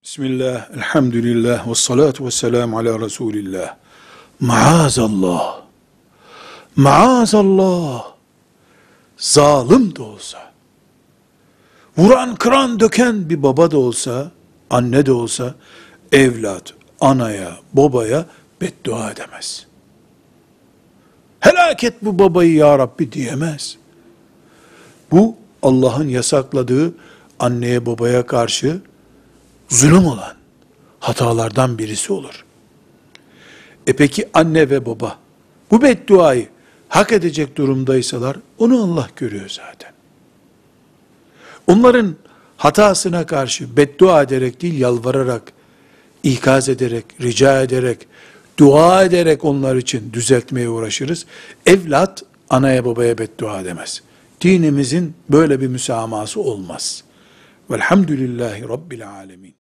Bismillah, elhamdülillah, ve salatu ve selamu ala Resulillah. Maazallah, maazallah, zalim de olsa, vuran kıran döken bir baba da olsa, anne de olsa, evlat, anaya, babaya beddua edemez. Helak et bu babayı ya Rabbi diyemez. Bu Allah'ın yasakladığı anneye babaya karşı zulüm olan hatalardan birisi olur. Peki anne ve baba bu bedduayı hak edecek durumdaysalar onu Allah görüyor zaten. Onların hatasına karşı beddua ederek değil, yalvararak, ikaz ederek, rica ederek, dua ederek onlar için düzeltmeye uğraşırız. Evlat anaya babaya beddua edemez. Dinimizin böyle bir müsamahası olmaz. Velhamdülillahi Rabbil alemin.